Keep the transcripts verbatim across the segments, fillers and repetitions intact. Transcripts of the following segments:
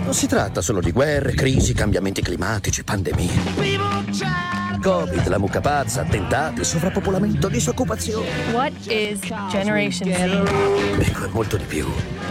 Non si tratta solo di guerre, crisi, cambiamenti climatici, pandemie. Covid, la mucca pazza, attentati, sovrappopolamento, disoccupazione. What is Generation Z? Ecco, è molto di più.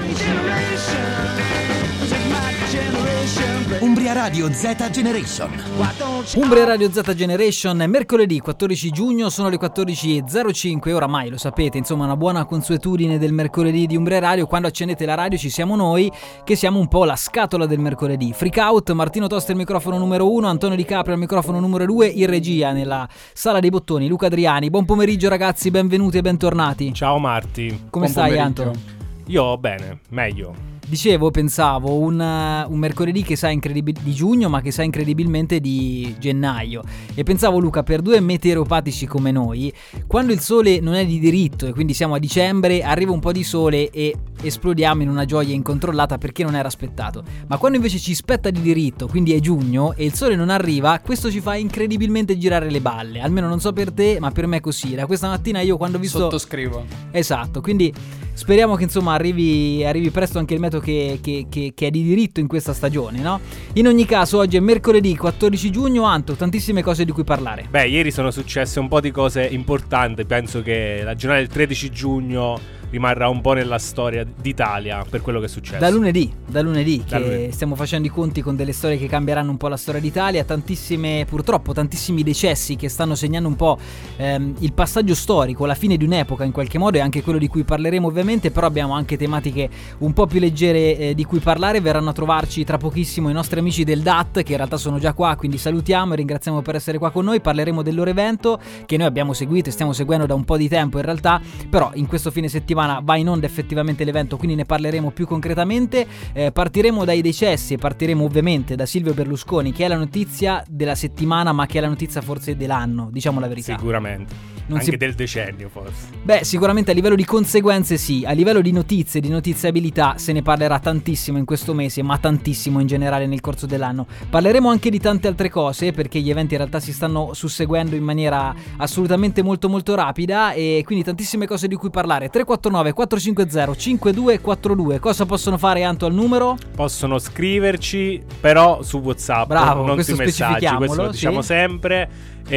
Umbria Radio Z Generation. Umbria Radio Z Generation, mercoledì quattordici giugno, sono le quattordici e zero cinque, oramai lo sapete, insomma una buona consuetudine del mercoledì di Umbria Radio, quando accendete la radio ci siamo noi, che siamo un po' la scatola del mercoledì. Freak Out, Martino Tosta al microfono numero uno, Antonio Di Caprio al microfono numero due, in regia nella sala dei bottoni, Luca Adriani. Buon pomeriggio ragazzi, benvenuti e bentornati. Ciao Marti. Come Buon stai pomeriggio. Anto? Io bene, meglio. Dicevo, pensavo, un, un mercoledì che sa incredibil- di giugno, ma che sa incredibilmente di gennaio. E pensavo, Luca, per due meteoropatici come noi, quando il sole non è di diritto e quindi siamo a dicembre, arriva un po' di sole e esplodiamo in una gioia incontrollata perché non era aspettato. Ma quando invece ci spetta di diritto, quindi è giugno, e il sole non arriva, questo ci fa incredibilmente girare le balle. Almeno non so per te, ma per me è così. Da questa mattina io quando ho visto... Sottoscrivo. Esatto, quindi speriamo che insomma arrivi, arrivi presto anche il meteo che, che, che, che è di diritto in questa stagione, no? In ogni caso oggi è mercoledì quattordici giugno, Anto, tantissime cose di cui parlare. Beh, ieri sono successe un po' di cose importanti. Penso che la giornata del tredici giugno rimarrà un po' nella storia d'Italia per quello che è successo. Da lunedì, da lunedì Da che lunedì. stiamo facendo i conti con delle storie che cambieranno un po' la storia d'Italia, tantissime, purtroppo tantissimi decessi che stanno segnando un po' ehm, il passaggio storico, la fine di un'epoca in qualche modo, e anche quello di cui parleremo ovviamente, però abbiamo anche tematiche un po' più leggere eh, di cui parlare. Verranno a trovarci tra pochissimo i nostri amici del D A T, che in realtà sono già qua, quindi salutiamo e ringraziamo per essere qua con noi. Parleremo del loro evento che noi abbiamo seguito e stiamo seguendo da un po' di tempo in realtà, però in questo fine settimana va in onda effettivamente l'evento, quindi ne parleremo più concretamente. Eh, partiremo dai decessi e partiremo ovviamente da Silvio Berlusconi, che è la notizia della settimana, ma che è la notizia forse dell'anno, diciamo la verità. Sicuramente. Non Anche si... del decennio forse. Beh, sicuramente a livello di conseguenze sì, a livello di notizie, di notiziabilità se ne parlerà tantissimo in questo mese, ma tantissimo in generale nel corso dell'anno. Parleremo anche di tante altre cose, perché gli eventi in realtà si stanno susseguendo in maniera assolutamente molto molto rapida, e quindi tantissime cose di cui parlare. Tre quattro nove quattro cinque zero cinque due quattro due. Cosa possono fare, Anto, al numero? Possono scriverci però su WhatsApp, Bravo, non questo sui messaggi, specifichiamolo, questo lo diciamo sì. sempre,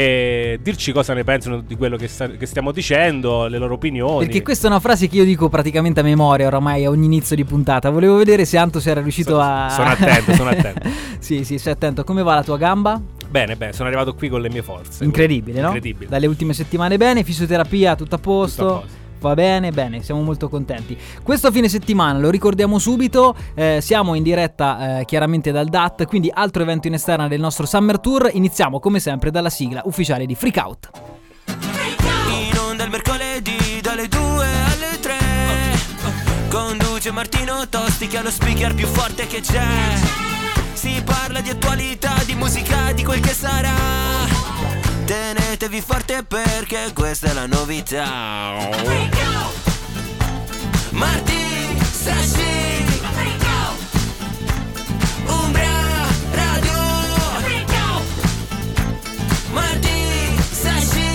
e dirci cosa ne pensano di quello che, sta, che stiamo dicendo, le loro opinioni. Perché questa è una frase che io dico praticamente a memoria oramai a ogni inizio di puntata. Volevo vedere se Anto si era riuscito So- a... Sono attento, sono attento. Sì, sì, sei attento. Come va la tua gamba? Bene, bene, sono arrivato qui con le mie forze. Incredibile, no? Incredibile. Dalle ultime settimane bene, fisioterapia tutto a posto. Tutto a posto. Va bene, bene, siamo molto contenti. Questo fine settimana, lo ricordiamo subito, eh, siamo in diretta eh, chiaramente dal D A T, quindi altro evento in esterna del nostro Summer Tour. Iniziamo come sempre dalla sigla ufficiale di Freak Out. In onda il mercoledì dalle due alle tre. Conduce Martino Tosti, che è lo speaker più forte che c'è. Si parla di attualità, di musica, di quel che sarà. Tenetevi forte perché questa è la novità. Marti, Sashi, Umbria Radio. Marti, Sashi,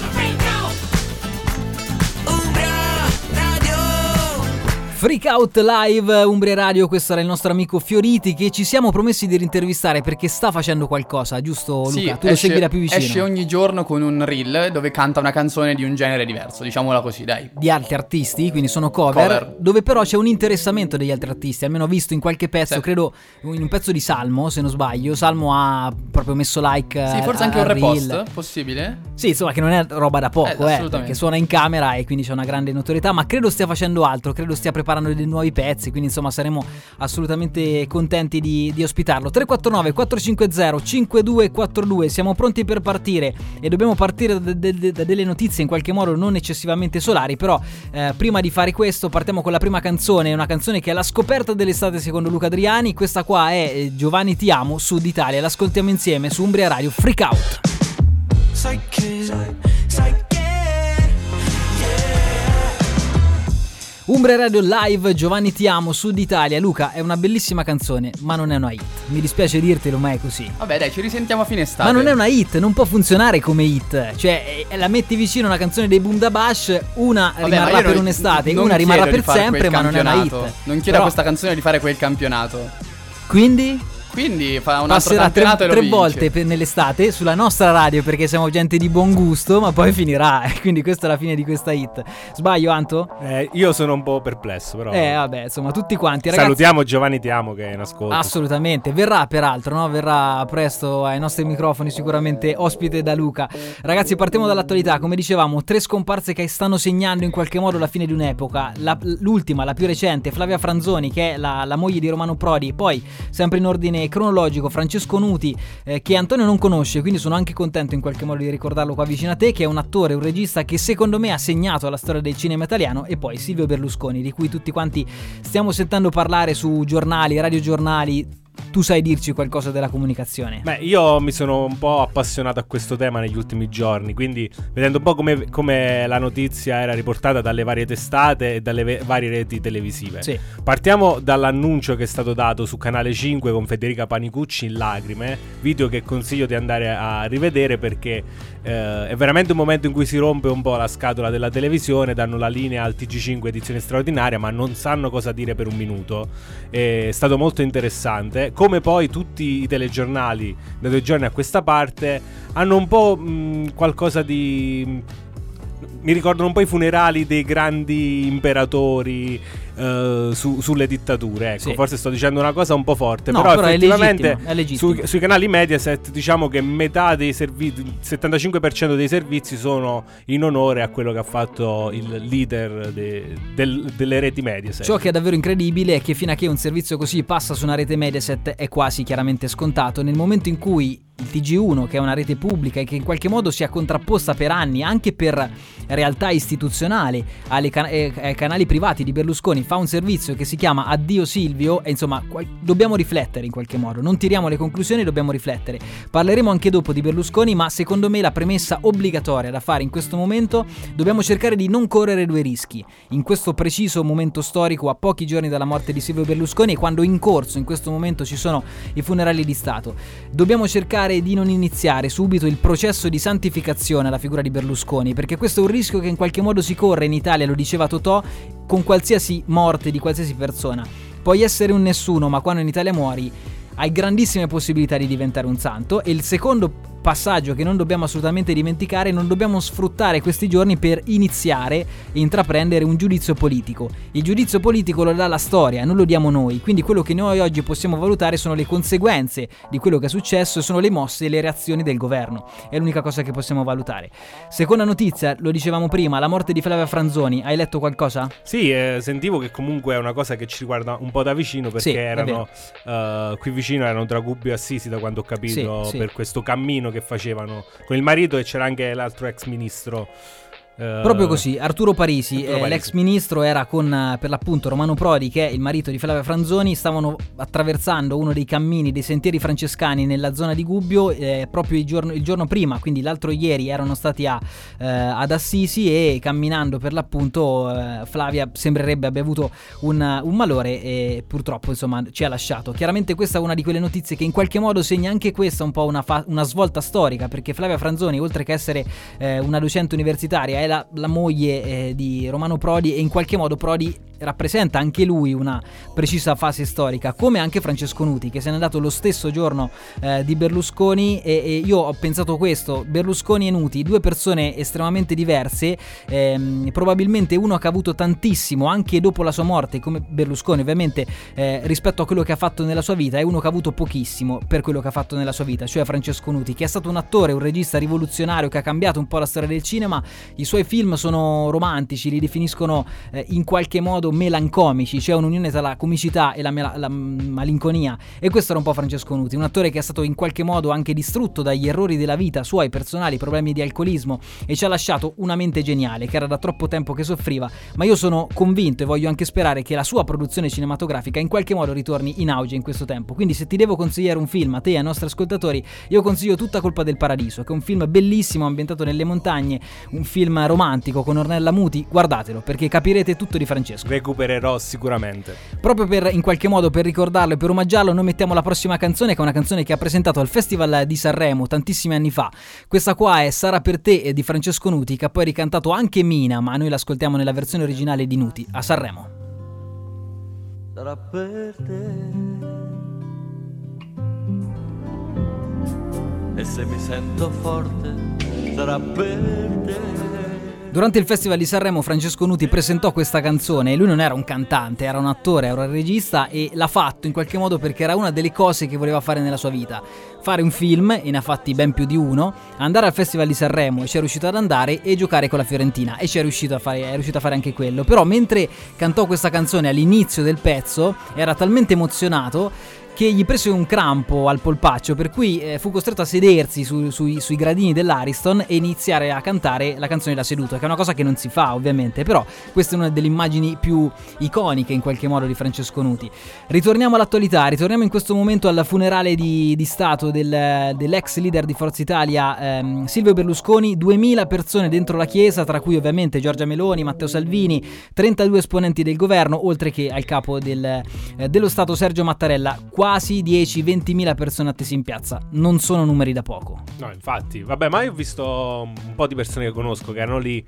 Umbria Radio. Freak Out Live, Umbria Radio, questo era il nostro amico Fioriti, che ci siamo promessi di rintervistare perché sta facendo qualcosa, giusto Luca? Sì, tu lo esce- segui da più vicino. Esce ogni giorno con un reel dove canta una canzone di un genere diverso, diciamola così, dai. Di altri artisti, quindi sono cover, Cover. dove però c'è un interessamento degli altri artisti. Almeno ho visto in qualche pezzo, Sì. credo in un pezzo di Salmo, se non sbaglio. Salmo ha proprio messo like. Sì, a- forse a- anche un al reel. repost, possibile? Sì, insomma, che non è roba da poco, Eh, eh, assolutamente. perché suona in camera e quindi c'è una grande notorietà, ma credo stia facendo altro, credo stia preparando dei nuovi pezzi, quindi insomma saremo assolutamente contenti di, di ospitarlo. Tre quattro nove quattro cinque zero cinque due quattro due, siamo pronti per partire e dobbiamo partire da, da- da delle notizie in qualche modo non eccessivamente solari, però eh, prima di fare questo partiamo con la prima canzone, una canzone che è la scoperta dell'estate secondo Luca Adriani. Questa qua è eh, Giovanni Ti Amo, Sud Italia, l'ascoltiamo insieme su Umbria Radio. Freak Out. Sai che, sai che, Umbria Radio Live, Giovanni Ti Amo, Sud Italia. Luca, è una bellissima canzone, ma non è una hit. Mi dispiace dirtelo, ma è così. Vabbè, dai, ci risentiamo a fine estate. Ma non è una hit, non può funzionare come hit. Cioè, eh, la metti vicino a una canzone dei Bundabash, una Vabbè, ma rimarrà io per non- un'estate, non una rimarrà chiedo per di fare sempre, quel ma non è una hit. campionato. Non chiedo Però- a questa canzone di fare quel campionato. Quindi Quindi fa un altro passerà campionato tre, e lo tre vince. volte per- nell'estate sulla nostra radio, perché siamo gente di buon gusto, ma poi finirà. eh, Quindi questa è la fine di questa hit. Sbaglio, Anto? Eh, io sono un po' perplesso, però. Eh vabbè, insomma, tutti quanti, ragazzi. Salutiamo Giovanni Ti Amo che è in ascolto. Assolutamente, verrà peraltro, no? Verrà presto ai nostri microfoni, sicuramente ospite da Luca. Ragazzi, partiamo dall'attualità. Come dicevamo, tre scomparse che stanno segnando in qualche modo la fine di un'epoca. La- l'ultima, la più recente, Flavia Franzoni, che è la, la moglie di Romano Prodi. Poi, sempre in ordine cronologico, Francesco Nuti, eh, che Antonio non conosce, quindi sono anche contento in qualche modo di ricordarlo qua vicino a te, che è un attore, un regista che secondo me ha segnato la storia del cinema italiano. E poi Silvio Berlusconi, di cui tutti quanti stiamo sentendo parlare su giornali, radiogiornali. Tu sai dirci qualcosa della comunicazione? Beh, io mi sono un po' appassionato a questo tema negli ultimi giorni, quindi vedendo un po' come, come la notizia era riportata dalle varie testate e dalle ve- varie reti televisive. Sì. Partiamo dall'annuncio che è stato dato su Canale cinque con Federica Panicucci in lacrime, video che consiglio di andare a rivedere perché eh, è veramente un momento in cui si rompe un po' la scatola della televisione, danno la linea al T G cinque edizione straordinaria, ma non sanno cosa dire per un minuto. È stato molto interessante. Come poi tutti i telegiornali da due giorni a questa parte hanno un po' mh, qualcosa di... mi ricordano un po' i funerali dei grandi imperatori uh, su, sulle dittature. Ecco, sì. Forse sto dicendo una cosa un po' forte, No, però, però effettivamente è legittimo, è legittimo. Sui, sui canali Mediaset diciamo che metà dei servizi, il settantacinque per cento dei servizi sono in onore a quello che ha fatto il leader de, del, delle reti Mediaset. Ciò che è davvero incredibile è che fino a che un servizio così passa su una rete Mediaset è quasi chiaramente scontato. Nel momento in cui il T G uno, che è una rete pubblica e che in qualche modo si è contrapposta per anni anche per realtà istituzionali alle can- eh, ai canali privati di Berlusconi, fa un servizio che si chiama Addio Silvio, e insomma qual- dobbiamo riflettere in qualche modo, non tiriamo le conclusioni, dobbiamo riflettere. Parleremo anche dopo di Berlusconi, ma secondo me la premessa obbligatoria da fare in questo momento: dobbiamo cercare di non correre due rischi in questo preciso momento storico, a pochi giorni dalla morte di Silvio Berlusconi, e quando in corso in questo momento ci sono i funerali di Stato. Dobbiamo cercare di non iniziare subito il processo di santificazione alla figura di Berlusconi, perché questo è un rischio che in qualche modo si corre in Italia, lo diceva Totò, con qualsiasi morte di qualsiasi persona. Puoi essere un nessuno, ma quando in Italia muori hai grandissime possibilità di diventare un santo. E il secondo passaggio che non dobbiamo assolutamente dimenticare: non dobbiamo sfruttare questi giorni per iniziare e intraprendere un giudizio politico. Il giudizio politico lo dà la storia, non lo diamo noi, quindi quello che noi oggi possiamo valutare sono le conseguenze di quello che è successo e sono le mosse e le reazioni del governo. È l'unica cosa che possiamo valutare. Seconda notizia, lo dicevamo prima, la morte di Flavia Franzoni. Hai letto qualcosa? Sì, eh, sentivo che comunque è una cosa che ci riguarda un po' da vicino, perché Sì, è erano uh, qui vicino, erano tra Gubbio e Assisi, da quanto ho capito, Sì, sì. per questo cammino che facevano con il marito, e c'era anche l'altro ex ministro. Uh, Proprio così, Arturo Parisi, Arturo eh, Parisi. l'ex ministro, era con eh, per l'appunto Romano Prodi, che è il marito di Flavia Franzoni. Stavano attraversando uno dei cammini, dei sentieri francescani nella zona di Gubbio, eh, proprio il giorno, il giorno prima, quindi l'altro ieri erano stati a, eh, ad Assisi, e camminando per l'appunto eh, Flavia sembrerebbe abbia avuto un, un malore e purtroppo insomma ci ha lasciato. Chiaramente questa è una di quelle notizie che in qualche modo segna anche questa un po' una, fa- una svolta storica, perché Flavia Franzoni, oltre che essere eh, una docente universitaria, è La, la moglie eh, di Romano Prodi, e in qualche modo Prodi rappresenta anche lui una precisa fase storica, come anche Francesco Nuti, che se n'è andato lo stesso giorno eh, di Berlusconi. E, e io ho pensato questo: Berlusconi e Nuti, due persone estremamente diverse, ehm, probabilmente uno che ha avuto tantissimo anche dopo la sua morte, come Berlusconi ovviamente, eh, rispetto a quello che ha fatto nella sua vita, e uno che ha avuto pochissimo per quello che ha fatto nella sua vita, cioè Francesco Nuti, che è stato un attore, un regista rivoluzionario, che ha cambiato un po' la storia del cinema. I suoi film sono romantici, li definiscono eh, in qualche modo melancomici, c'è un'unione tra la comicità e la, mela- la malinconia, e questo era un po' Francesco Nuti, un attore che è stato in qualche modo anche distrutto dagli errori della vita suoi personali, problemi di alcolismo, e ci ha lasciato una mente geniale che era da troppo tempo che soffriva. Ma io sono convinto e voglio anche sperare che la sua produzione cinematografica in qualche modo ritorni in auge in questo tempo. Quindi se ti devo consigliare un film a te e ai nostri ascoltatori, io consiglio Tutta colpa del paradiso, che è un film bellissimo ambientato nelle montagne, un film romantico con Ornella Muti. Guardatelo, perché capirete tutto di Francesco. recupererò sicuramente. Proprio per, in qualche modo, per ricordarlo e per omaggiarlo, noi mettiamo la prossima canzone, che è una canzone che ha presentato al Festival di Sanremo tantissimi anni fa. Questa qua è Sarà per te di Francesco Nuti, che ha poi ricantato anche Mina, ma noi l'ascoltiamo nella versione originale di Nuti a Sanremo. Sarà per te se mi sento forte sarà per te. Durante il Festival di Sanremo Francesco Nuti presentò questa canzone e lui non era un cantante, era un attore, era un regista e l'ha fatto in qualche modo perché era una delle cose che voleva fare nella sua vita. Fare un film, e ne ha fatti ben più di uno, andare al Festival di Sanremo e ci è riuscito ad andare e giocare con la Fiorentina e ci è riuscito a fare, è riuscito a fare anche quello. Però mentre cantò questa canzone all'inizio del pezzo era talmente emozionato che gli prese un crampo al polpaccio, per cui eh, fu costretto a sedersi su, sui, sui gradini dell'Ariston e iniziare a cantare la canzone da seduto, che è una cosa che non si fa ovviamente, però questa è una delle immagini più iconiche in qualche modo di Francesco Nuti. Ritorniamo all'attualità, ritorniamo in questo momento al funerale di, di Stato del, dell'ex leader di Forza Italia ehm, Silvio Berlusconi, duemila persone dentro la chiesa, tra cui ovviamente Giorgia Meloni, Matteo Salvini, trentadue esponenti del governo, oltre che al capo del, eh, dello Stato Sergio Mattarella. Quasi dieci ventimila persone attese in piazza, non sono numeri da poco. No, infatti, vabbè, ma io ho visto un po' di persone che conosco che erano lì,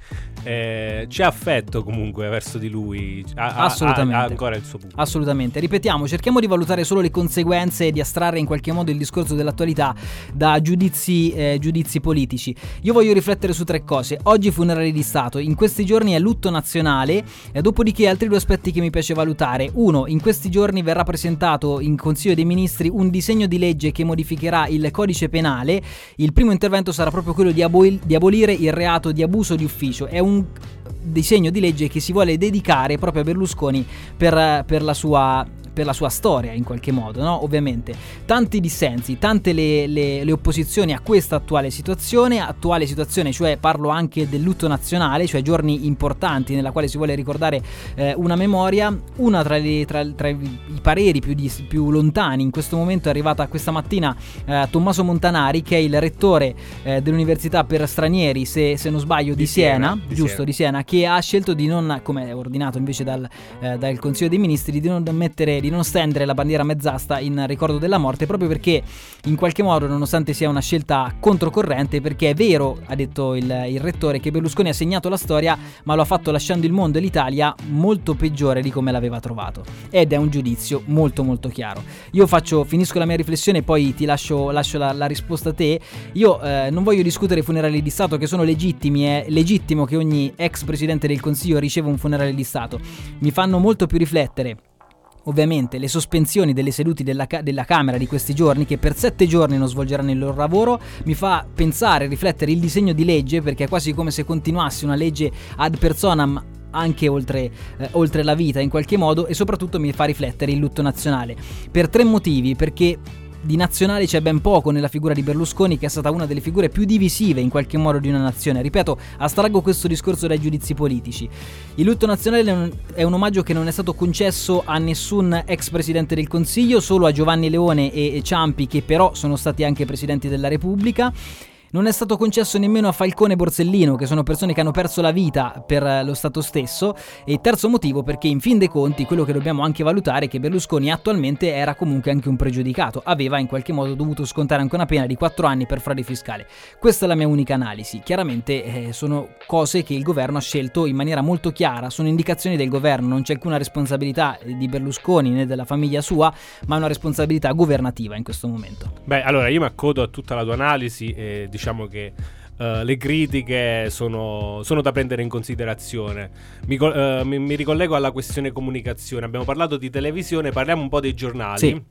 eh, c'è affetto comunque verso di lui, ha, assolutamente. Ha, ha ancora il suo pubblico. Assolutamente, ripetiamo, cerchiamo di valutare solo le conseguenze e di astrarre in qualche modo il discorso dell'attualità da giudizi, eh, giudizi politici. Io voglio riflettere su tre cose. Oggi funerali di Stato, in questi giorni è lutto nazionale, eh, dopodiché altri due aspetti che mi piace valutare. Uno, in questi giorni verrà presentato in Consiglio dei Ministri un disegno di legge che modificherà il codice penale. Il primo intervento sarà proprio quello di, abol- di abolire il reato di abuso di ufficio. È un disegno di legge che si vuole dedicare proprio a Berlusconi per, per la sua per la sua storia in qualche modo, no? Ovviamente tanti dissensi, tante le, le, le opposizioni a questa attuale situazione, attuale situazione, cioè parlo anche del lutto nazionale, cioè giorni importanti nella quale si vuole ricordare eh, una memoria. Una tra, le, tra, tra i pareri più, di, più lontani in questo momento è arrivata questa mattina eh, Tommaso Montanari, che è il rettore eh, dell'università per stranieri, se, se non sbaglio, di, di Siena, Siena, giusto, Siena. di Siena, che ha scelto di non, come è ordinato invece dal, eh, dal Consiglio dei Ministri, di non mettere di non stendere la bandiera mezzasta in ricordo della morte, proprio perché in qualche modo, nonostante sia una scelta controcorrente, perché è vero, ha detto il, il rettore, che Berlusconi ha segnato la storia, ma lo ha fatto lasciando il mondo e l'Italia molto peggiore di come l'aveva trovato, ed è un giudizio molto molto chiaro. Io faccio, finisco la mia riflessione e poi ti lascio, lascio la, la risposta a te. Io eh, non voglio discutere i funerali di Stato, che sono legittimi, è legittimo che ogni ex presidente del Consiglio riceva un funerale di Stato. Mi fanno molto più riflettere ovviamente le sospensioni delle sedute della, della Camera di questi giorni, che per sette giorni non svolgeranno il loro lavoro. Mi fa pensare, riflettere il disegno di legge, perché è quasi come se continuasse una legge ad personam anche oltre, eh, oltre la vita in qualche modo, e soprattutto mi fa riflettere il lutto nazionale per tre motivi. Perché di nazionale c'è ben poco nella figura di Berlusconi, che è stata una delle figure più divisive in qualche modo di una nazione. Ripeto, astraggo questo discorso dai giudizi politici. Il lutto nazionale è un omaggio che non è stato concesso a nessun ex presidente del Consiglio, solo a Giovanni Leone e Ciampi, che però sono stati anche presidenti della Repubblica. Non è stato concesso nemmeno a Falcone e Borsellino, che sono persone che hanno perso la vita per lo Stato stesso. E terzo motivo, perché in fin dei conti quello che dobbiamo anche valutare è che Berlusconi attualmente era comunque anche un pregiudicato, aveva in qualche modo dovuto scontare anche una pena di quattro anni per frode fiscale. Questa è la mia unica analisi. Chiaramente eh, sono cose che il governo ha scelto in maniera molto chiara, sono indicazioni del governo, non c'è alcuna responsabilità di Berlusconi né della famiglia sua, ma una responsabilità governativa in questo momento. Beh, allora io mi accodo a tutta la tua analisi e diciamo che uh, le critiche sono, sono da prendere in considerazione. Mi, uh, mi, mi ricollego alla questione comunicazione. Abbiamo parlato di televisione, parliamo un po' dei giornali. Sì.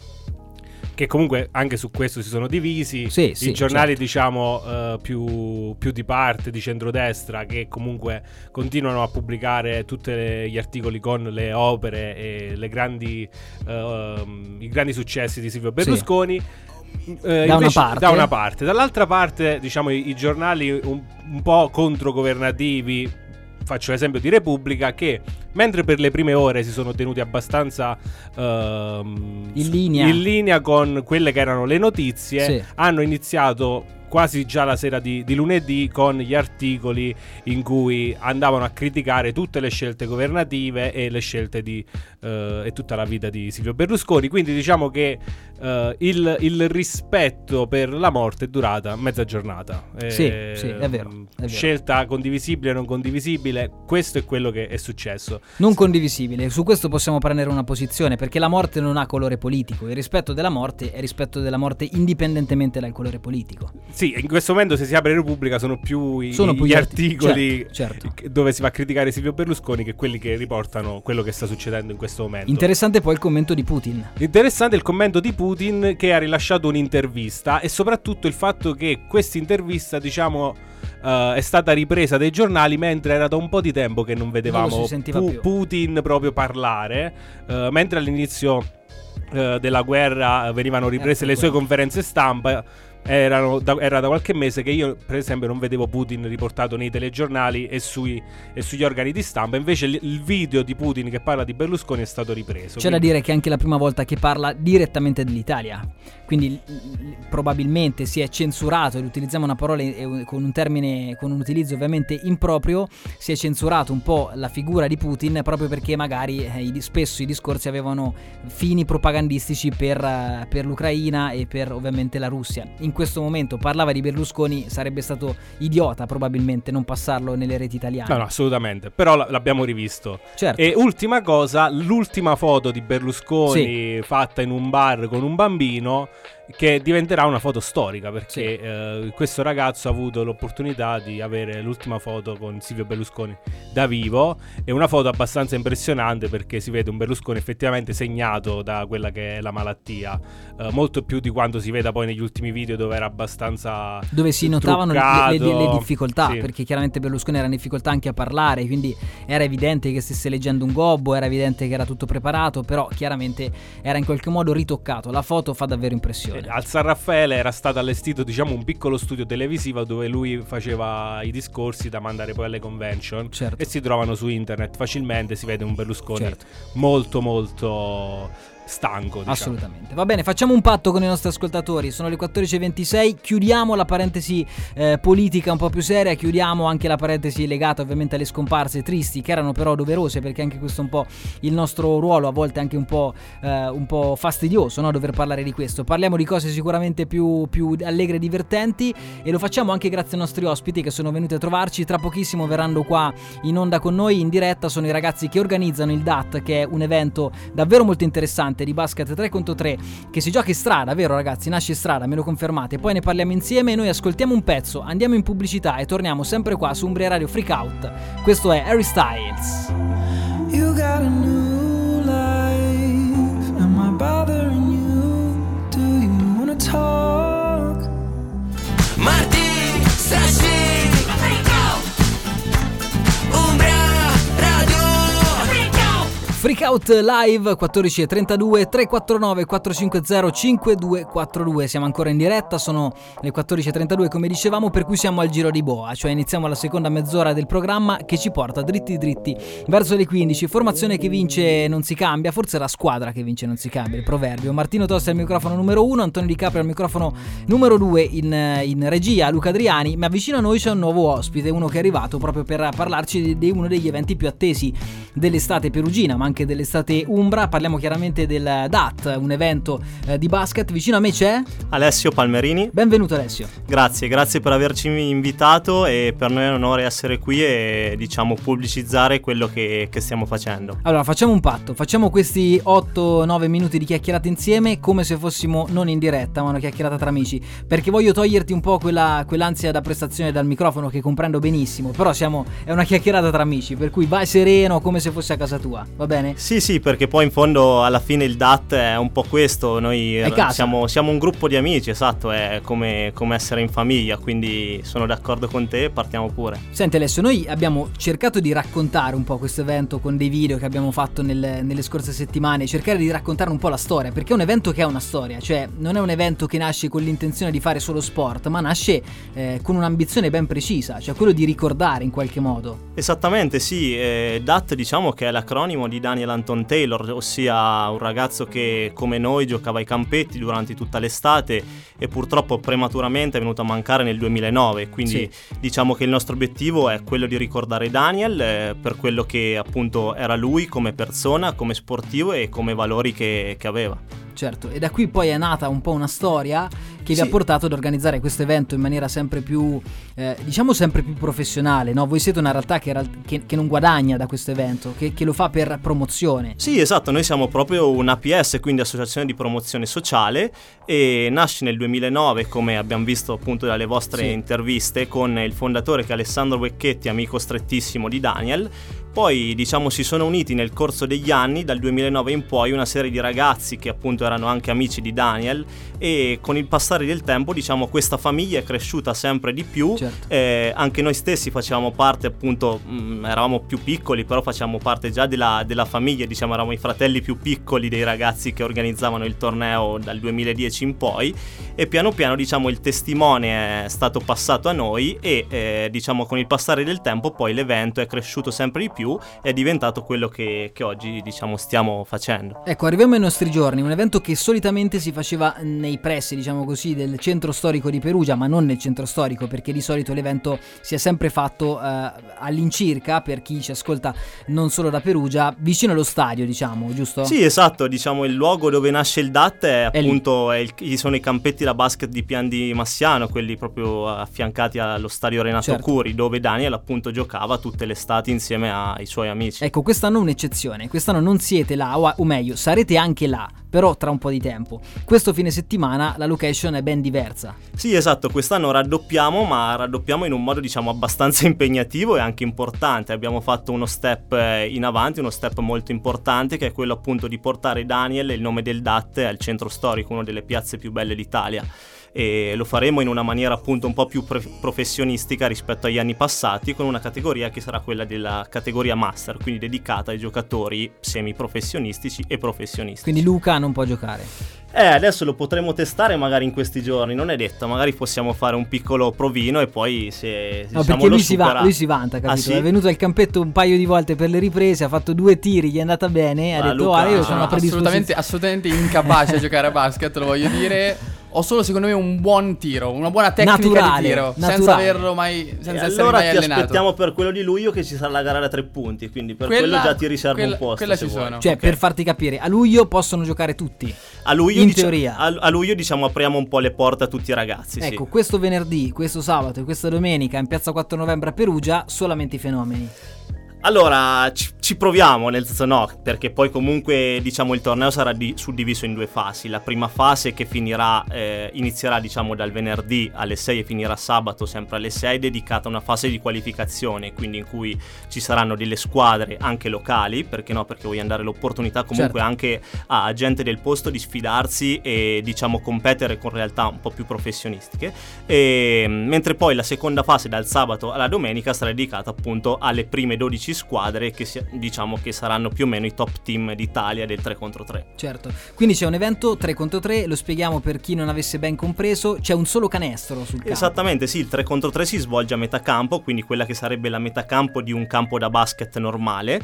Che comunque anche su questo si sono divisi. Sì, I sì, giornali certo. diciamo uh, più, più di parte, di centrodestra, che comunque continuano a pubblicare tutti gli articoli con le opere e le grandi, uh, i grandi successi di Silvio Berlusconi. Sì. Eh, da, invece, una parte. da una parte dall'altra parte diciamo i, i giornali un, un po' controgovernativi, faccio l'esempio di Repubblica, che mentre per le prime ore si sono tenuti abbastanza uh, in, linea. in linea con quelle che erano le notizie, sì. hanno iniziato quasi già la sera di, di lunedì con gli articoli in cui andavano a criticare tutte le scelte governative e le scelte di uh, e tutta la vita di Silvio Berlusconi. Quindi diciamo che Uh, il, il rispetto per la morte è durata mezza giornata. Sì, eh, sì, è vero, è vero. Scelta condivisibile o non condivisibile, questo è quello che è successo. Non condivisibile, su questo possiamo prendere una posizione, perché la morte non ha colore politico. Il rispetto della morte è rispetto della morte indipendentemente dal colore politico. Sì, in questo momento se si apre Repubblica sono più, i, sono più gli articoli certo, certo. dove si va a criticare Silvio Berlusconi che quelli che riportano quello che sta succedendo in questo momento. Interessante poi il commento di Putin. Interessante il commento di Putin, che ha rilasciato un'intervista, e soprattutto il fatto che questa intervista, diciamo, uh, è stata ripresa dai giornali, mentre era da un po' di tempo che non vedevamo non Pu- Putin proprio parlare, uh, mentre all'inizio uh, della guerra venivano riprese le sue conferenze stampa. Erano da, era da qualche mese che io, per esempio, non vedevo Putin riportato nei telegiornali e, sui, e sugli organi di stampa. Invece il, il video di Putin che parla di Berlusconi è stato ripreso. C'è quindi... da dire che è anche la prima volta che parla direttamente dell'Italia. Quindi l- l- probabilmente si è censurato, e utilizziamo una parola eh, con un termine, con un utilizzo ovviamente improprio, si è censurato un po' la figura di Putin, proprio perché magari eh, i, spesso i discorsi avevano fini propagandistici per, uh, per l'Ucraina e per ovviamente la Russia. In questo momento parlava di Berlusconi, sarebbe stato idiota probabilmente non passarlo nelle reti italiane. No, no, assolutamente, però l- l'abbiamo rivisto. Certo. E ultima cosa, l'ultima foto di Berlusconi sì. fatta in un bar con un bambino, che diventerà una foto storica, perché sì. eh, questo ragazzo ha avuto l'opportunità di avere l'ultima foto con Silvio Berlusconi da vivo. È una foto abbastanza impressionante, perché si vede un Berlusconi effettivamente segnato da quella che è la malattia, eh, molto più di quanto si veda poi negli ultimi video, dove era abbastanza dove si notavano le, le, le difficoltà, sì. perché chiaramente Berlusconi era in difficoltà anche a parlare, quindi era evidente che stesse leggendo un gobbo, era evidente che era tutto preparato, però chiaramente era in qualche modo ritoccato. La foto fa davvero impressione. Al San Raffaele era stato allestito, diciamo, un piccolo studio televisivo dove lui faceva i discorsi da mandare poi alle convention, certo. e si trovano su internet facilmente, si vede un Berlusconi certo. molto molto stanco, diciamo. Assolutamente. Va bene, facciamo un patto con i nostri ascoltatori. Sono le quattordici e ventisei, chiudiamo la parentesi eh, politica un po' più seria, chiudiamo anche la parentesi legata ovviamente alle scomparse tristi, che erano però doverose, perché anche questo è un po' il nostro ruolo, a volte anche un po', eh, un po' fastidioso, no? Dover parlare di questo. Parliamo di cose sicuramente più, più allegre e divertenti, e lo facciamo anche grazie ai nostri ospiti che sono venuti a trovarci. Tra pochissimo verranno qua in onda con noi in diretta. Sono i ragazzi che organizzano il D A T, che è un evento davvero molto interessante di basket tre contro tre che si gioca in strada, vero ragazzi? Nasce in strada, me lo confermate? Poi ne parliamo insieme. Noi ascoltiamo un pezzo, andiamo in pubblicità e torniamo sempre qua su Umbria Radio Freak Out. Questo è Harry Styles. You got a new life. Am I bothering you? Do you wanna talk? Martì, Sashi, Umbria Radio Freak Out Live, quattordici e trentadue, tre quattro nove quattro cinque zero cinque due quattro due. Siamo ancora in diretta, sono le quattordici e trentadue come dicevamo, per cui siamo al giro di boa, cioè iniziamo la seconda mezz'ora del programma che ci porta dritti dritti verso le quindici. Formazione che vince non si cambia, forse è la squadra che vince non si cambia, il proverbio. Martino Tosti al microfono numero uno, Antonio Di Caprio al microfono numero due, in, in regia Luca Adriani, ma vicino a noi c'è un nuovo ospite, uno che è arrivato proprio per parlarci di, di uno degli eventi più attesi dell'estate perugina, ma anche dell'estate umbra. Parliamo chiaramente del D A T, un evento eh, di basket. Vicino a me c'è Alessio Palmerini. Benvenuto Alessio. Grazie, grazie per averci invitato, e per noi è un onore essere qui e diciamo pubblicizzare quello che, che stiamo facendo. Allora facciamo un patto, facciamo questi otto nove minuti di chiacchierata insieme come se fossimo non in diretta ma una chiacchierata tra amici, perché voglio toglierti un po' quella, quell'ansia da prestazione dal microfono che comprendo benissimo, però siamo, è una chiacchierata tra amici, per cui vai sereno come se fosse a casa tua, va bene? Sì sì, perché poi in fondo alla fine il D A T è un po' questo, noi siamo, siamo un gruppo di amici, esatto, è come, come essere in famiglia, quindi sono d'accordo con te, partiamo pure. Senti Alessio, noi abbiamo cercato di raccontare un po' questo evento con dei video che abbiamo fatto nel, nelle scorse settimane, cercare di raccontare un po' la storia, perché è un evento che ha una storia, cioè non è un evento che nasce con l'intenzione di fare solo sport, ma nasce eh, con un'ambizione ben precisa, cioè quello di ricordare in qualche modo. Esattamente sì, eh, D A T diciamo che è l'acronimo di Daniel Anton Taylor, ossia un ragazzo che come noi giocava ai campetti durante tutta l'estate e purtroppo prematuramente è venuto a mancare nel duemilanove, quindi sì. Diciamo che il nostro obiettivo è quello di ricordare Daniel eh, per quello che appunto era lui come persona, come sportivo e come valori che, che aveva. Certo, e da qui poi è nata un po' una storia che vi Sì. ha portato ad organizzare questo evento in maniera sempre più, eh, diciamo sempre più professionale, no? Voi siete una realtà che, che, che non guadagna da questo evento, che, che lo fa per promozione. Sì, esatto, noi siamo proprio un A P S, quindi Associazione di Promozione Sociale, e nasce nel duemilanove, come abbiamo visto appunto dalle vostre Sì. interviste, con il fondatore che è Alessandro Vecchetti, amico strettissimo di Daniel. Poi diciamo si sono uniti nel corso degli anni, dal duemilanove in poi, una serie di ragazzi che appunto erano anche amici di Daniel, e con il passare del tempo diciamo questa famiglia è cresciuta sempre di più. Certo. Eh, anche noi stessi facevamo parte appunto, mh, eravamo più piccoli, però facevamo parte già della, della famiglia, diciamo eravamo i fratelli più piccoli dei ragazzi che organizzavano il torneo dal duemiladieci in poi, e piano piano diciamo il testimone è stato passato a noi, e eh, diciamo con il passare del tempo poi l'evento è cresciuto sempre di più e è diventato quello che, che oggi diciamo stiamo facendo. Ecco, arriviamo ai nostri giorni, un evento che solitamente si faceva nei pressi, diciamo così, del centro storico di Perugia, ma non nel centro storico, perché di solito l'evento si è sempre fatto eh, all'incirca, per chi ci ascolta non solo da Perugia, vicino allo stadio, diciamo, giusto? Sì, esatto, diciamo il luogo dove nasce il D A T è È appunto è il, sono i campetti da basket di Pian di Massiano, quelli proprio affiancati allo stadio Renato Certo. Curi, dove Daniel appunto giocava tutte le estati insieme ai suoi amici. Ecco, quest'anno è un'eccezione, quest'anno non siete là, o, o meglio, sarete anche là, però tra un po' di tempo. Questo fine settimana la location è ben diversa. Sì, esatto, quest'anno raddoppiamo, ma raddoppiamo in un modo diciamo abbastanza impegnativo e anche importante. Abbiamo fatto uno step in avanti, uno step molto importante, che è quello appunto di portare Daniel e il nome del D A T al centro storico, una delle piazze più belle d'Italia. E lo faremo in una maniera appunto un po' più pre- professionistica rispetto agli anni passati, con una categoria che sarà quella della categoria Master, quindi dedicata ai giocatori semiprofessionistici e professionisti. Quindi Luca non può giocare. Eh, adesso lo potremo testare magari in questi giorni, non è detto, magari possiamo fare un piccolo provino e poi se No, diciamo, perché lui lo si, va, supera... lui si vanta, capito? Ah, sì? È venuto al campetto un paio di volte per le riprese, ha fatto due tiri, gli è andata bene, ha Ah, detto Luca, ah, io no, sono Sono una predisposizione. assolutamente, assolutamente incapace a giocare a basket, lo voglio dire. Ho solo secondo me un buon tiro, una buona tecnica Naturale, di tiro, senza naturale. averlo mai, senza E essere allora mai ti allenato. aspettiamo per quello di luglio, che ci sarà la gara da tre punti, quindi per Quella- quello già ti riservo quella- un posto. quella se ci vuoi. sono. Cioè, Ok. per farti capire, a luglio possono giocare tutti. A luglio, in dicia- teoria. a, a luglio diciamo apriamo un po' le porte a tutti i ragazzi. Ecco, sì. questo venerdì, questo sabato e questa domenica in piazza quattro novembre a Perugia, solamente i fenomeni. Allora ci, ci proviamo, nel senso no, perché poi comunque diciamo il torneo sarà di, suddiviso in due fasi. La prima fase, che finirà eh, inizierà diciamo dal venerdì alle sei e finirà sabato sempre alle sei, dedicata a una fase di qualificazione, quindi in cui ci saranno delle squadre anche locali, perché no, perché voglio dare l'opportunità comunque Certo. anche a gente del posto di sfidarsi e diciamo competere con realtà un po' più professionistiche. E, mentre poi la seconda fase, dal sabato alla domenica, sarà dedicata appunto alle prime dodici squadre, che si, diciamo che saranno più o meno i top team d'Italia del tre contro tre. Certo, quindi c'è un evento tre contro tre, lo spieghiamo per chi non avesse ben compreso, c'è un solo canestro sul campo. Esattamente, sì, il tre contro tre si svolge a metà campo, quindi quella che sarebbe la metà campo di un campo da basket normale,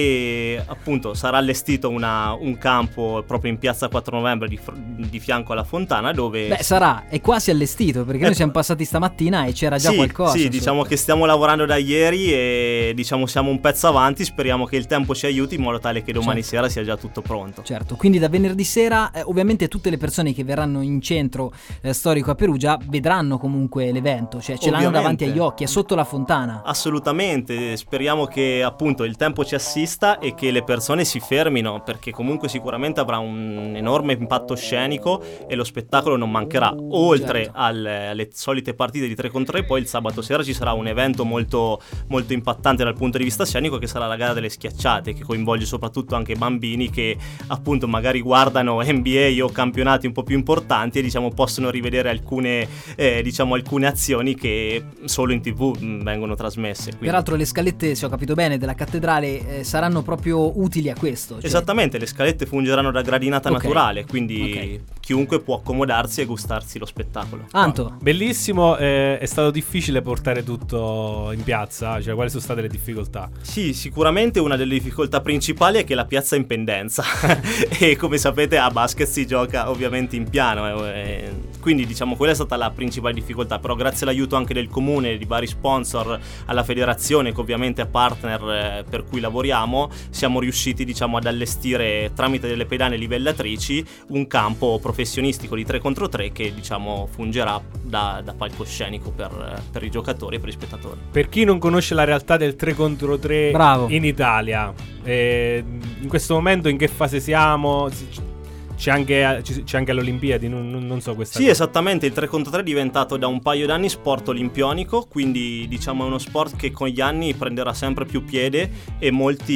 e appunto sarà allestito una, un campo proprio in piazza quattro novembre di, di fianco alla fontana, dove... Beh, sarà, è quasi allestito, perché noi siamo passati stamattina e c'era già sì, qualcosa. Sì, sotto. diciamo che stiamo lavorando da ieri e diciamo siamo un pezzo avanti, speriamo che il tempo ci aiuti in modo tale che domani Certo. sera sia già tutto pronto. Certo, quindi da venerdì sera eh, ovviamente tutte le persone che verranno in centro eh, storico a Perugia vedranno comunque l'evento, cioè ce l'hanno Ovviamente. davanti agli occhi, è sotto la fontana. Assolutamente, speriamo che appunto il tempo ci assista e che le persone si fermino, perché comunque sicuramente avrà un enorme impatto scenico e lo spettacolo non mancherà. Oltre Certo. al- alle solite partite di tre contro tre, poi il sabato sera ci sarà un evento molto, molto impattante dal punto di vista scenico, che sarà la gara delle schiacciate, che coinvolge soprattutto anche bambini che appunto magari guardano N B A o campionati un po' più importanti e diciamo possono rivedere alcune eh, diciamo alcune azioni che solo in tv mh, vengono trasmesse. Quindi. Peraltro le scalette, se ho capito bene, della cattedrale eh, saranno proprio utili a questo. Cioè... Esattamente, le scalette fungeranno da gradinata Ok. naturale, quindi Ok. chiunque può accomodarsi e gustarsi lo spettacolo. Anto, Bellissimo, eh, è stato difficile portare tutto in piazza, cioè quali sono state le difficoltà? Sì, sicuramente una delle difficoltà principali è che la piazza è in pendenza e come sapete a basket si gioca ovviamente in piano, è, quindi diciamo quella è stata la principale difficoltà, però grazie all'aiuto anche del comune, di vari sponsor, alla federazione che ovviamente è partner eh, per cui lavoriamo, siamo riusciti diciamo ad allestire tramite delle pedane livellatrici un campo professionistico di tre contro tre che diciamo fungerà da, da palcoscenico per, per i giocatori e per gli spettatori. Per chi non conosce la realtà del tre contro tre Bravo. in Italia, eh, in questo momento in che fase siamo? C'è anche, c'è anche alle Olimpiadi, non, non so questa Sì, cosa. esattamente, il tre contro tre è diventato da un paio d'anni sport olimpionico, quindi diciamo è uno sport che con gli anni prenderà sempre più piede e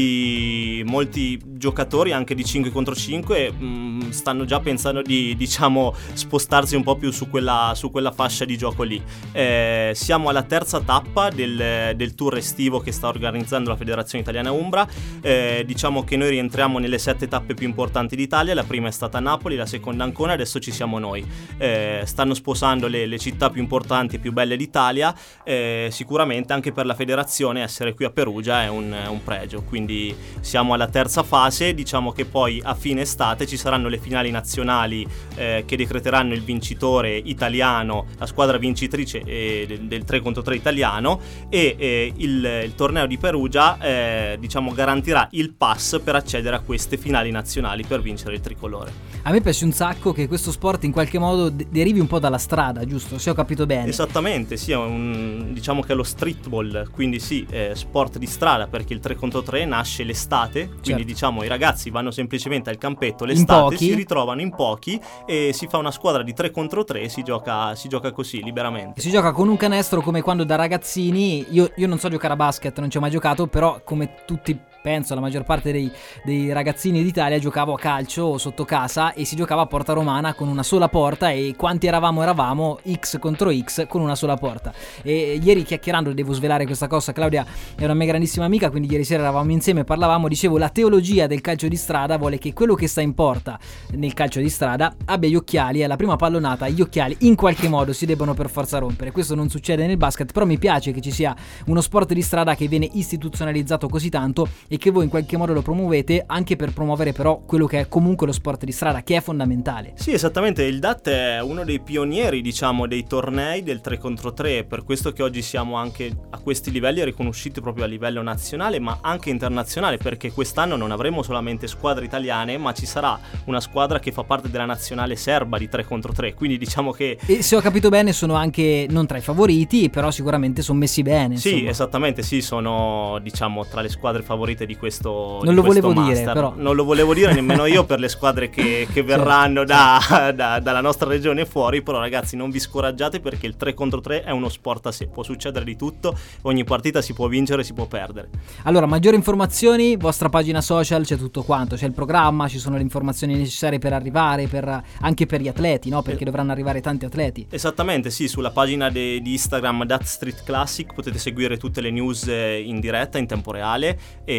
molti, molti giocatori anche di cinque contro cinque mh, stanno già pensando di diciamo spostarsi un po' più su quella, su quella fascia di gioco lì. Eh, siamo alla terza tappa del, del tour estivo che sta organizzando la Federazione Italiana Umbra. Eh, diciamo che noi rientriamo nelle sette tappe più importanti d'Italia, la prima è stata a Napoli, la seconda Ancona, adesso ci siamo noi. Eh, stanno sposando le, le città più importanti e più belle d'Italia, eh, sicuramente anche per la federazione essere qui a Perugia è un, è un pregio, quindi siamo alla terza fase, diciamo che poi a fine estate ci saranno le finali nazionali eh, che decreteranno il vincitore italiano, la squadra vincitrice eh, del, del tre contro tre italiano e eh, il, il torneo di Perugia eh, diciamo garantirà il pass per accedere a queste finali nazionali per vincere il tricolore. A me piace un sacco che questo sport in qualche modo de- derivi un po' dalla strada, giusto? Se ho capito bene. Esattamente, sì, è un, diciamo che è lo streetball, quindi sì, è sport di strada perché il tre contro tre nasce l'estate, quindi certo. diciamo i ragazzi vanno semplicemente al campetto l'estate, si ritrovano in pochi e si fa una squadra di tre contro tre e si gioca, si gioca così, liberamente. Si gioca con un canestro come quando da ragazzini, io, io non so giocare a basket, non ci ho mai giocato, però come tutti penso la maggior parte dei, dei ragazzini d'Italia giocavo a calcio sotto casa e si giocava a porta romana con una sola porta e quanti eravamo eravamo X contro X con una sola porta. E ieri chiacchierando, devo svelare questa cosa, Claudia è una mia grandissima amica, quindi ieri sera eravamo insieme e parlavamo, dicevo la teologia del calcio di strada vuole che quello che sta in porta nel calcio di strada abbia gli occhiali e alla prima pallonata gli occhiali in qualche modo si debbono per forza rompere. Questo non succede nel basket, però mi piace che ci sia uno sport di strada che viene istituzionalizzato così tanto e che voi in qualche modo lo promuovete anche per promuovere però quello che è comunque lo sport di strada, che è fondamentale. Sì, esattamente, il D A T è uno dei pionieri diciamo dei tornei del tre contro tre, per questo che oggi siamo anche a questi livelli riconosciuti proprio a livello nazionale ma anche internazionale, perché quest'anno non avremo solamente squadre italiane ma ci sarà una squadra che fa parte della nazionale serba di tre contro tre, quindi diciamo che e se ho capito bene sono anche non tra i favoriti, però sicuramente sono messi bene, sì, insomma. Esattamente, sì, sono diciamo tra le squadre favorite di questo non di lo questo volevo master. dire, però non lo volevo dire nemmeno io per le squadre che, che verranno certo. da, da, dalla nostra regione fuori, però ragazzi non vi scoraggiate perché il tre contro tre è uno sport a sé, può succedere di tutto, ogni partita si può vincere, si può perdere. Allora, maggiori informazioni, vostra pagina social, c'è tutto quanto, c'è il programma, ci sono le informazioni necessarie per arrivare, per, anche per gli atleti, no? Perché dovranno arrivare tanti atleti. Esattamente, sì, sulla pagina de, di Instagram Dat Street Classic potete seguire tutte le news in diretta, in tempo reale,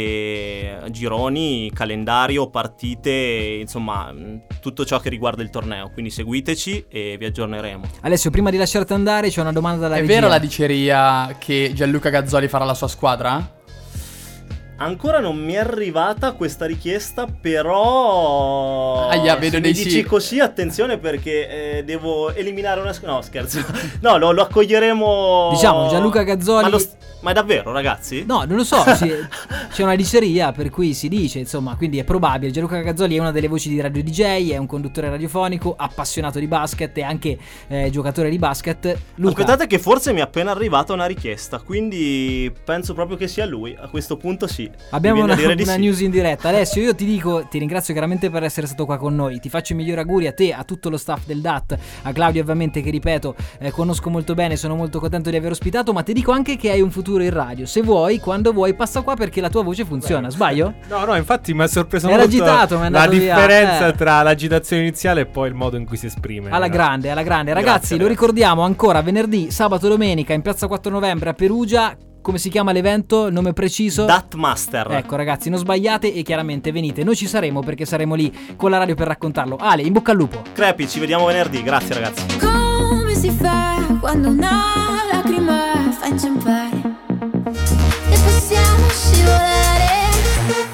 e gironi, calendario, partite, insomma tutto ciò che riguarda il torneo, quindi seguiteci e vi aggiorneremo. Alessio, prima di lasciarti andare c'è una domanda dalla È regia. vero la diceria che Gianluca Gazzoli farà la sua squadra? Ancora non mi è arrivata questa richiesta, però Aia, vedo se dei mi dici sì. così attenzione perché eh, devo eliminare una sc- no scherzo no lo, lo accoglieremo, diciamo Gianluca Gazzoli. ma, lo st- ma è davvero ragazzi? No, non lo so, sì, c'è una diceria per cui si dice, insomma, quindi è probabile. Gianluca Gazzoli è una delle voci di Radio D J, è un conduttore radiofonico, appassionato di basket e anche eh, giocatore di basket. Luca. Aspettate che forse mi è appena arrivata una richiesta, quindi penso proprio che sia lui, a questo punto sì. Abbiamo una, una sì. news in diretta. Alessio, io ti dico, ti ringrazio chiaramente per essere stato qua con noi, ti faccio i migliori auguri a te, a tutto lo staff del D A T, a Claudio ovviamente che ripeto eh, conosco molto bene, sono molto contento di aver ospitato, ma ti dico anche che hai un futuro in radio, se vuoi, quando vuoi, passa qua perché la tua voce funziona. Beh, sbaglio? No, no, infatti mi ha sorpreso Era molto agitato, ma è la andato via. differenza eh. tra l'agitazione iniziale e poi il modo in cui si esprime. Alla grande, alla grande. Ragazzi, Grazie, lo ragazzi. ricordiamo ancora venerdì, sabato, domenica in piazza quattro novembre a Perugia. Come si chiama l'evento? Nome preciso? D A T Master. Ecco ragazzi, non sbagliate e chiaramente venite. Noi ci saremo perché saremo lì con la radio per raccontarlo. Ale, in bocca al lupo. Crepi, ci vediamo venerdì, grazie ragazzi. Come si fa quando una lacrima fa inciampare e possiamo scivolare?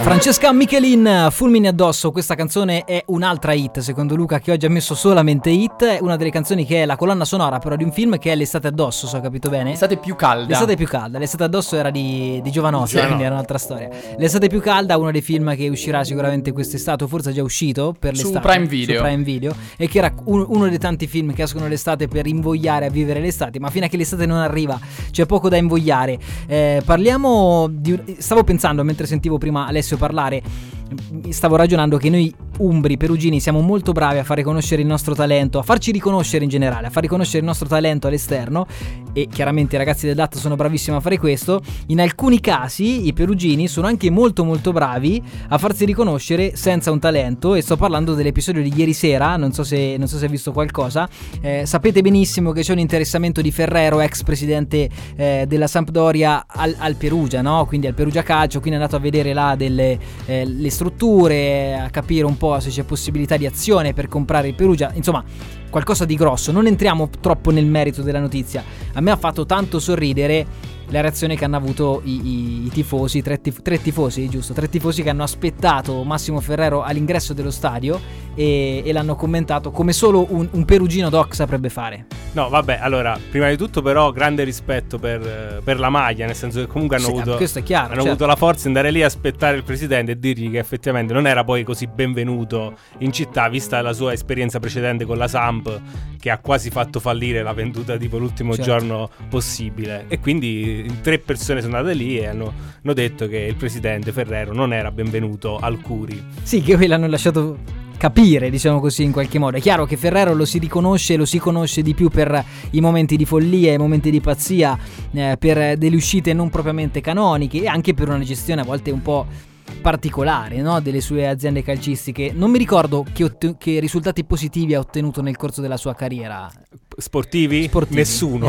Francesca Michelin, Fulmini addosso. Questa canzone è un'altra hit, secondo Luca, che oggi ha messo solamente hit. È una delle canzoni che è la colonna sonora però di un film che è L'estate addosso, se ho capito bene. L'estate più calda. L'estate più calda. L'estate addosso era di, di Giovanotti, Giovanotti. quindi era un'altra storia. L'estate più calda, uno dei film che uscirà sicuramente quest'estate, o forse è già uscito per Su l'estate. Prime Video. Su Prime Video. E che era un- uno dei tanti film che escono l'estate per invogliare a vivere l'estate, ma fino a che l'estate non arriva c'è poco da invogliare. Eh, parliamo di... Stavo pensando mentre sentivo prima Alessio parlare, stavo ragionando che noi umbri, perugini, siamo molto bravi a far riconoscere il nostro talento, a farci riconoscere in generale, a far riconoscere il nostro talento all'esterno, e chiaramente i ragazzi del D A T sono bravissimi a fare questo. In alcuni casi i perugini sono anche molto molto bravi a farsi riconoscere senza un talento, e sto parlando dell'episodio di ieri sera, non so se, non so se hai visto qualcosa. Eh, sapete benissimo che c'è un interessamento di Ferrero, ex presidente eh, della Sampdoria, al, al Perugia, no? Quindi al Perugia Calcio, quindi è andato a vedere là delle eh, le strutture, a capire un po' se c'è possibilità di azione per comprare il Perugia, insomma qualcosa di grosso. Non entriamo troppo nel merito della notizia. A me ha fatto tanto sorridere la reazione che hanno avuto i, i, i tifosi, tre, tif- tre tifosi, giusto? Tre tifosi che hanno aspettato Massimo Ferrero all'ingresso dello stadio e, e l'hanno commentato come solo un, un perugino doc saprebbe fare. No, vabbè, allora, prima di tutto però grande rispetto per, per la maglia, nel senso che comunque hanno Sì, avuto questo è chiaro, hanno certo. avuto la forza di andare lì a aspettare il presidente e dirgli che effettivamente non era poi così benvenuto in città, vista la sua esperienza precedente con la Samp, che ha quasi fatto fallire la venduta tipo l'ultimo Certo. giorno possibile. E quindi tre persone sono andate lì e hanno, hanno detto che il presidente Ferrero non era benvenuto al Curi. Sì, che poi l'hanno lasciato capire, diciamo così, in qualche modo. È chiaro che Ferrero lo si riconosce, lo si conosce di più per i momenti di follia, i momenti di pazzia, eh, per delle uscite non propriamente canoniche, e anche per una gestione a volte un po' particolare, no? Delle sue aziende calcistiche. Non mi ricordo che, otten- che risultati positivi ha ottenuto nel corso della sua carriera. Sportivi? Sportivi. Nessuno.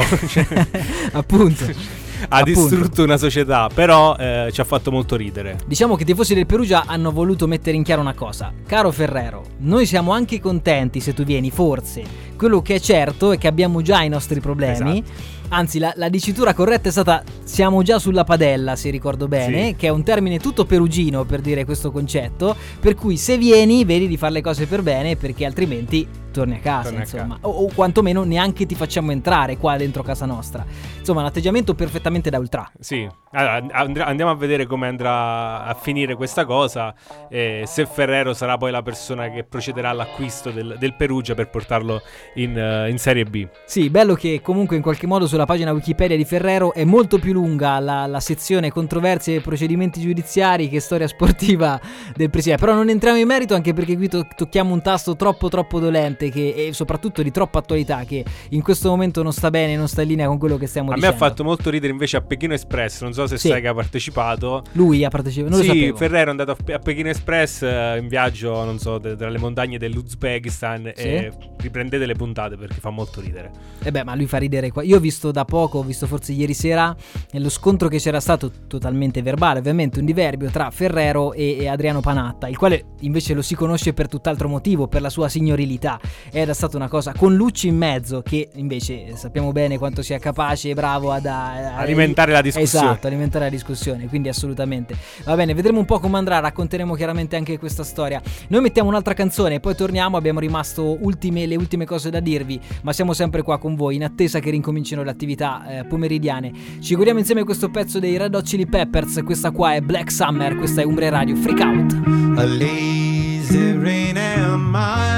Appunto. Ha Appunto. distrutto una società, però eh, ci ha fatto molto ridere. Diciamo che i tifosi del Perugia hanno voluto mettere in chiaro una cosa. Caro Ferrero, noi siamo anche contenti se tu vieni, forse. Quello che è certo è che abbiamo già i nostri problemi. Esatto. Anzi, la, la dicitura corretta è stata siamo già sulla padella, se ricordo bene, Sì. che è un termine tutto perugino per dire questo concetto, per cui se vieni vedi di fare le cose per bene, perché altrimenti torni a casa, Torni a insomma, o, o quantomeno neanche ti facciamo entrare qua dentro casa nostra. Insomma, un atteggiamento perfettamente da ultra. Sì, allora and- andiamo a vedere come andrà a finire questa cosa, e se Ferrero sarà poi la persona che procederà all'acquisto del, del Perugia per portarlo in, uh, in Serie B. Sì, bello che comunque in qualche modo sulla pagina Wikipedia di Ferrero è molto più lunga la, la sezione controversie e procedimenti giudiziari che storia sportiva del presidente. Però non entriamo in merito, anche perché qui to- tocchiamo un tasto troppo troppo dolente che, e soprattutto di troppa attualità, che in questo momento non sta bene, non sta in linea con quello che stiamo A me dicendo. ha fatto molto ridere invece a Pechino Express, non so se Sì. sai che ha partecipato. Lui ha partecipato, non sì, lo sapevo. Ferrero è andato a, Pe- a Pechino Express eh, in viaggio, non so, de- tra le montagne dell'Uzbekistan, Sì. e riprendete le puntate perché fa molto ridere. E beh, ma lui fa ridere qua. Io ho visto da poco, ho visto forse ieri sera, nello scontro che c'era stato, totalmente verbale ovviamente, un diverbio tra Ferrero e, e Adriano Panatta, il quale invece lo si conosce per tutt'altro motivo, per la sua signorilità. Era stata una cosa con Lucci in mezzo, che invece sappiamo bene quanto sia capace e bravo ad a, a, Alimentare la discussione. Esatto, alimentare la discussione, quindi assolutamente. Va bene, vedremo un po' come andrà, racconteremo chiaramente anche questa storia. Noi mettiamo un'altra canzone e poi torniamo, abbiamo rimasto ultime, le ultime cose da dirvi, ma siamo sempre qua con voi in attesa che rincomincino le attività eh, pomeridiane. Ci godiamo insieme questo pezzo dei Red Hot Chili Peppers, questa qua è Black Summer, questa è Umbria Radio, Freak Out. A lazy rain am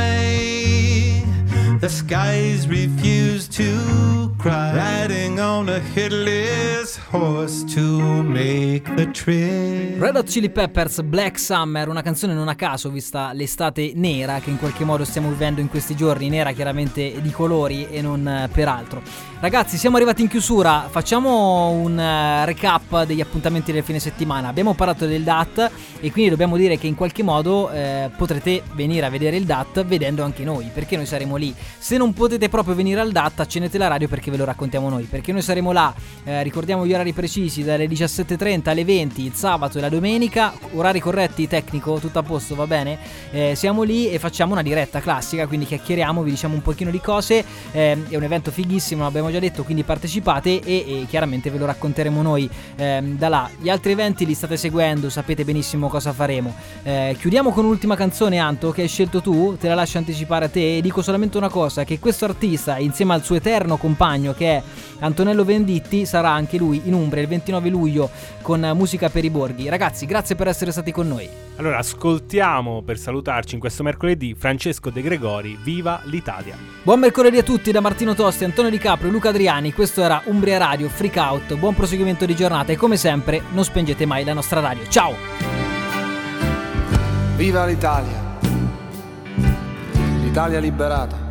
I. The skies refuse to cry. Riding on a headless horse to make the trip. Red Hot Chili Peppers, Black Summer, una canzone non a caso vista l'estate nera che in qualche modo stiamo vivendo in questi giorni, nera chiaramente di colori e non eh, per altro. Ragazzi, siamo arrivati in chiusura, facciamo un uh, recap degli appuntamenti del fine settimana. Abbiamo parlato del D A T e quindi dobbiamo dire che in qualche modo eh, potrete venire a vedere il D A T vedendo anche noi, perché noi saremo lì Se non potete proprio venire al D A T, accendete la radio perché ve lo raccontiamo noi, perché noi saremo là, eh, ricordiamo gli orari precisi, dalle diciassette e trenta alle venti il sabato e la domenica, orari corretti, tecnico, tutto a posto, va bene? Eh, siamo lì e facciamo una diretta classica, quindi chiacchieriamo, vi diciamo un pochino di cose, eh, è un evento fighissimo, l'abbiamo già detto, quindi partecipate e, e chiaramente ve lo racconteremo noi eh, da là. Gli altri eventi li state seguendo, sapete benissimo cosa faremo. Eh, chiudiamo con un'ultima canzone, Anto, che hai scelto tu, te la lascio anticipare a te e dico solamente una cosa, che questo artista insieme al suo eterno compagno che è Antonello Venditti sarà anche lui in Umbria il ventinove luglio con Musica per i Borghi. Ragazzi, grazie per essere stati con noi. Allora ascoltiamo, per salutarci in questo mercoledì, Francesco De Gregori, Viva l'Italia. Buon mercoledì a tutti da Martino Tosti, Antonio Di Caprio, Luca Adriani. Questo era Umbria Radio Freak Out. Buon proseguimento di giornata e come sempre non spengete mai la nostra radio. Ciao. Viva l'Italia, l'Italia liberata.